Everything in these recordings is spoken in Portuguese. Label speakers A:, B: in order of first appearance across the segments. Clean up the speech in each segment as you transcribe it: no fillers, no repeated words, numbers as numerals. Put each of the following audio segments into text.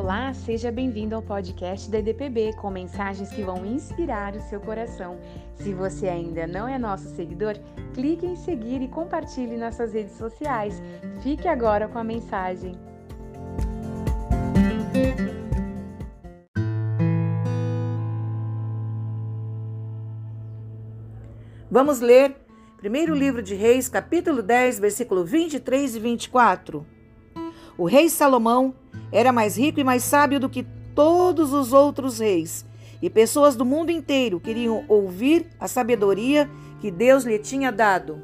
A: Olá, seja bem-vindo ao podcast da EDPB, com mensagens que vão inspirar o seu coração. Se você ainda não é nosso seguidor, clique em seguir e compartilhe nas suas redes sociais. Fique agora com a mensagem.
B: Vamos ler primeiro livro de Reis, capítulo 10, versículo 23 e 24. O rei Salomão era mais rico e mais sábio do que todos os outros reis, e pessoas do mundo inteiro queriam ouvir a sabedoria que Deus lhe tinha dado.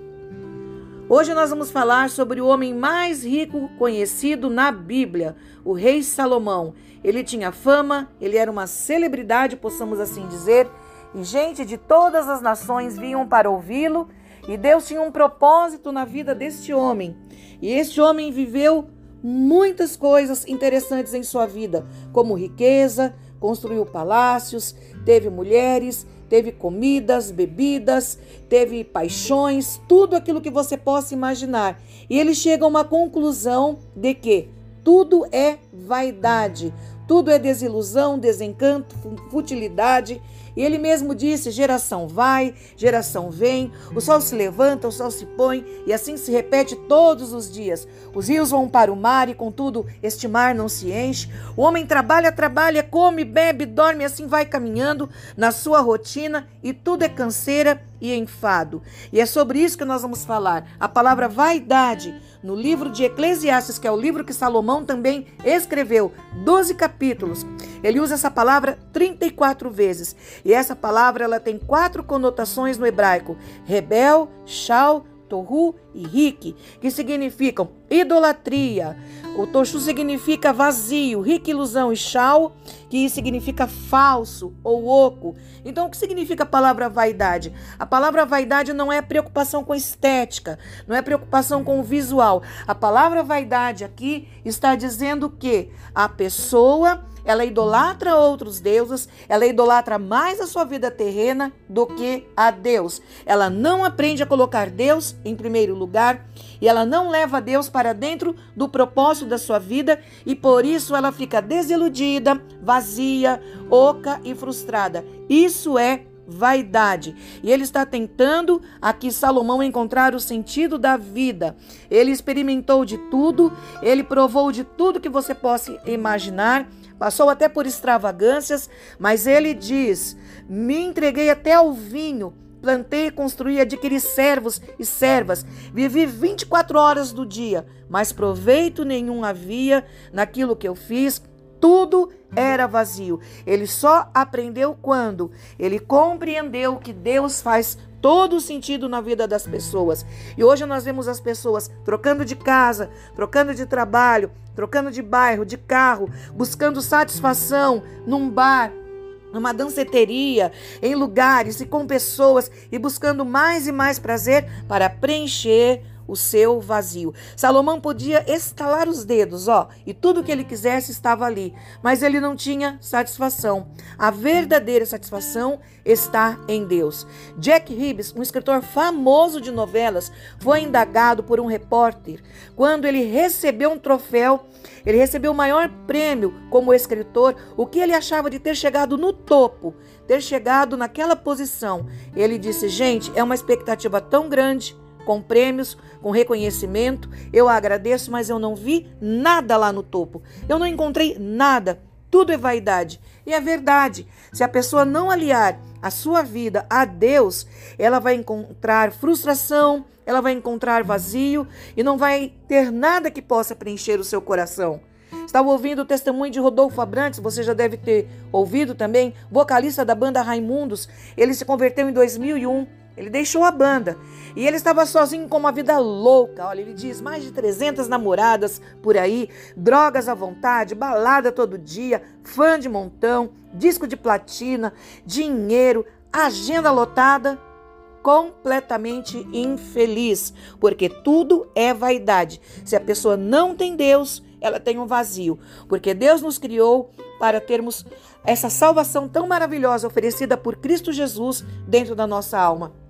B: Hoje nós vamos falar sobre o homem mais rico conhecido na Bíblia, o rei Salomão. Ele tinha fama, ele era uma celebridade, possamos assim dizer, e gente de todas as nações vinham para ouvi-lo, e Deus tinha um propósito na vida deste homem. E este homem viveu muitas coisas interessantes em sua vida, como riqueza, construiu palácios, teve mulheres, teve comidas, bebidas, teve paixões, tudo aquilo que você possa imaginar. E ele chega a uma conclusão de que tudo é vaidade, tudo é desilusão, desencanto, futilidade. E ele mesmo disse: geração vai, geração vem, o sol se levanta, o sol se põe, e assim se repete todos os dias. Os rios vão para o mar e, contudo, este mar não se enche. O homem trabalha, come, bebe, dorme, assim vai caminhando na sua rotina, e tudo é canseira e enfado. E é sobre isso que nós vamos falar. A palavra vaidade, no livro de Eclesiastes, que é o livro que Salomão também escreveu, 12 capítulos. Ele usa essa palavra 34 vezes. E essa palavra ela tem 4 conotações no hebraico: rebel, shal, tohu e rik, que significam idolatria. O toshu significa vazio, rik, ilusão, e shal, que significa falso ou oco. Então, o que significa a palavra vaidade? A palavra vaidade não é preocupação com estética, não é preocupação com o visual. A palavra vaidade aqui está dizendo que a pessoa, ela idolatra outros deuses, ela idolatra mais a sua vida terrena do que a Deus. Ela não aprende a colocar Deus em primeiro lugar e ela não leva Deus para dentro do propósito da sua vida, e por isso ela fica desiludida, vazia, oca e frustrada. Isso é vaidade. E ele está tentando aqui, Salomão, encontrar o sentido da vida. Ele experimentou de tudo, ele provou de tudo que você possa imaginar, passou até por extravagâncias, mas ele diz: me entreguei até ao vinho, plantei, construí, adquiri servos e servas, vivi 24 horas do dia, mas proveito nenhum havia naquilo que eu fiz, tudo era vazio. Ele só aprendeu quando ele compreendeu que Deus faz todo o sentido na vida das pessoas. E hoje nós vemos as pessoas trocando de casa, trocando de trabalho, trocando de bairro, de carro, buscando satisfação num bar, numa danceteria, em lugares e com pessoas, e buscando mais e mais prazer para preencher o seu vazio. Salomão podia estalar os dedos, e tudo que ele quisesse estava ali, mas ele não tinha satisfação. A verdadeira satisfação está em Deus. Jack Hibbs, um escritor famoso de novelas, foi indagado por um repórter quando ele recebeu um troféu. Ele recebeu o maior prêmio como escritor, o que ele achava de ter chegado no topo, ter chegado naquela posição. Ele disse: gente, é uma expectativa tão grande, com prêmios, com reconhecimento, eu agradeço, mas eu não vi nada lá no topo. Eu não encontrei nada. Tudo é vaidade. E é verdade. Se a pessoa não aliar a sua vida a Deus, ela vai encontrar frustração, ela vai encontrar vazio e não vai ter nada que possa preencher o seu coração. Estava ouvindo o testemunho de Rodolfo Abrantes, você já deve ter ouvido também, vocalista da banda Raimundos. Ele se converteu em 2001. Ele deixou a banda e ele estava sozinho com uma vida louca. Olha, ele diz, mais de 300 namoradas por aí, drogas à vontade, balada todo dia, fã de montão, disco de platina, dinheiro, agenda lotada, completamente infeliz, porque tudo é vaidade. Se a pessoa não tem Deus, ela tem um vazio, porque Deus nos criou para termos essa salvação tão maravilhosa oferecida por Cristo Jesus dentro da nossa alma.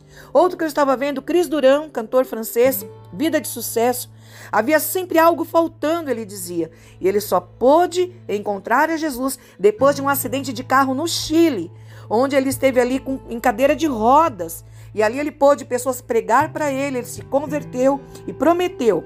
B: Outro que eu estava vendo, Chris Durand, cantor francês, vida de sucesso. Havia sempre algo faltando, ele dizia. E ele só pôde encontrar a Jesus depois de um acidente de carro no Chile, onde ele esteve ali em cadeira de rodas. E ali ele pôde pessoas pregar para ele se converteu e prometeu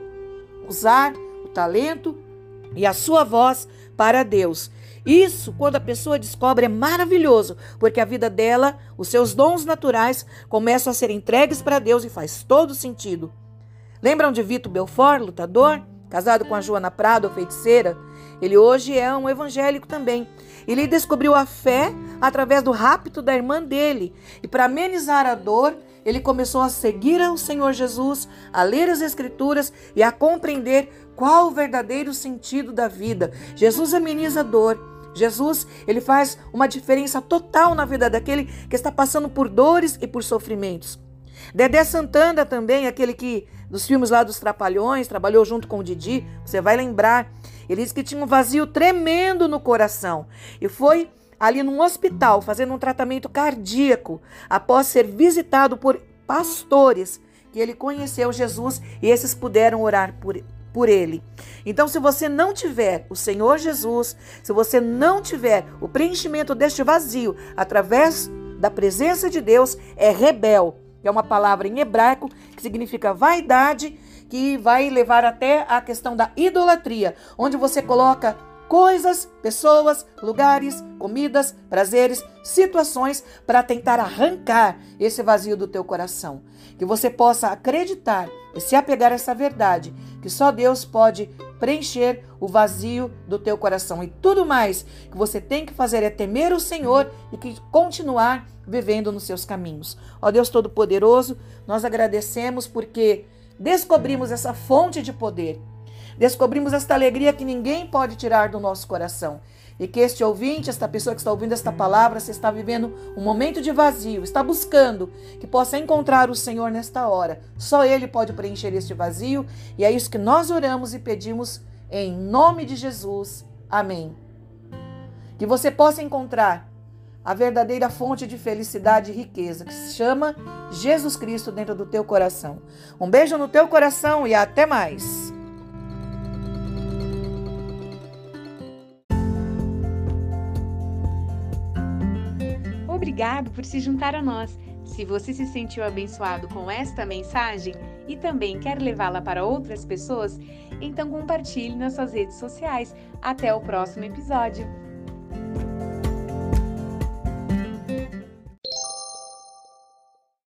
B: usar o talento e a sua voz para Deus. Isso, quando a pessoa descobre, é maravilhoso, porque a vida dela, os seus dons naturais começam a ser entregues para Deus e faz todo sentido. Lembram de Vitor Belfort, lutador, casado com a Joana Prado, feiticeira? Ele hoje é um evangélico também. Ele descobriu a fé através do rapto da irmã dele. E para amenizar a dor, ele começou a seguir ao Senhor Jesus, a ler as Escrituras e a compreender qual o verdadeiro sentido da vida. Jesus ameniza a dor. Jesus, ele faz uma diferença total na vida daquele que está passando por dores e por sofrimentos. Dedé Santana também, aquele que dos filmes lá dos Trapalhões, trabalhou junto com o Didi, você vai lembrar. Ele disse que tinha um vazio tremendo no coração e foi ali num hospital fazendo um tratamento cardíaco após ser visitado por pastores que ele conheceu Jesus e esses puderam orar por ele. Então, se você não tiver o Senhor Jesus, se você não tiver o preenchimento deste vazio através da presença de Deus, é rebel. É uma palavra em hebraico que significa vaidade, que vai levar até a questão da idolatria, onde você coloca coisas, pessoas, lugares, comidas, prazeres, situações para tentar arrancar esse vazio do teu coração. Que você possa acreditar e se apegar a essa verdade, que só Deus pode preencher o vazio do teu coração. E tudo mais que você tem que fazer é temer o Senhor e que continuar vivendo nos seus caminhos. Ó Deus Todo-Poderoso, nós agradecemos porque descobrimos essa fonte de poder. Descobrimos esta alegria que ninguém pode tirar do nosso coração. E que este ouvinte, esta pessoa que está ouvindo esta palavra, se está vivendo um momento de vazio, está buscando que possa encontrar o Senhor nesta hora. Só Ele pode preencher este vazio. E é isso que nós oramos e pedimos em nome de Jesus. Amém. Que você possa encontrar a verdadeira fonte de felicidade e riqueza, que se chama Jesus Cristo dentro do teu coração. Um beijo no teu coração e até mais.
A: Obrigado por se juntar a nós. Se você se sentiu abençoado com esta mensagem e também quer levá-la para outras pessoas, então compartilhe nas suas redes sociais. Até o próximo episódio.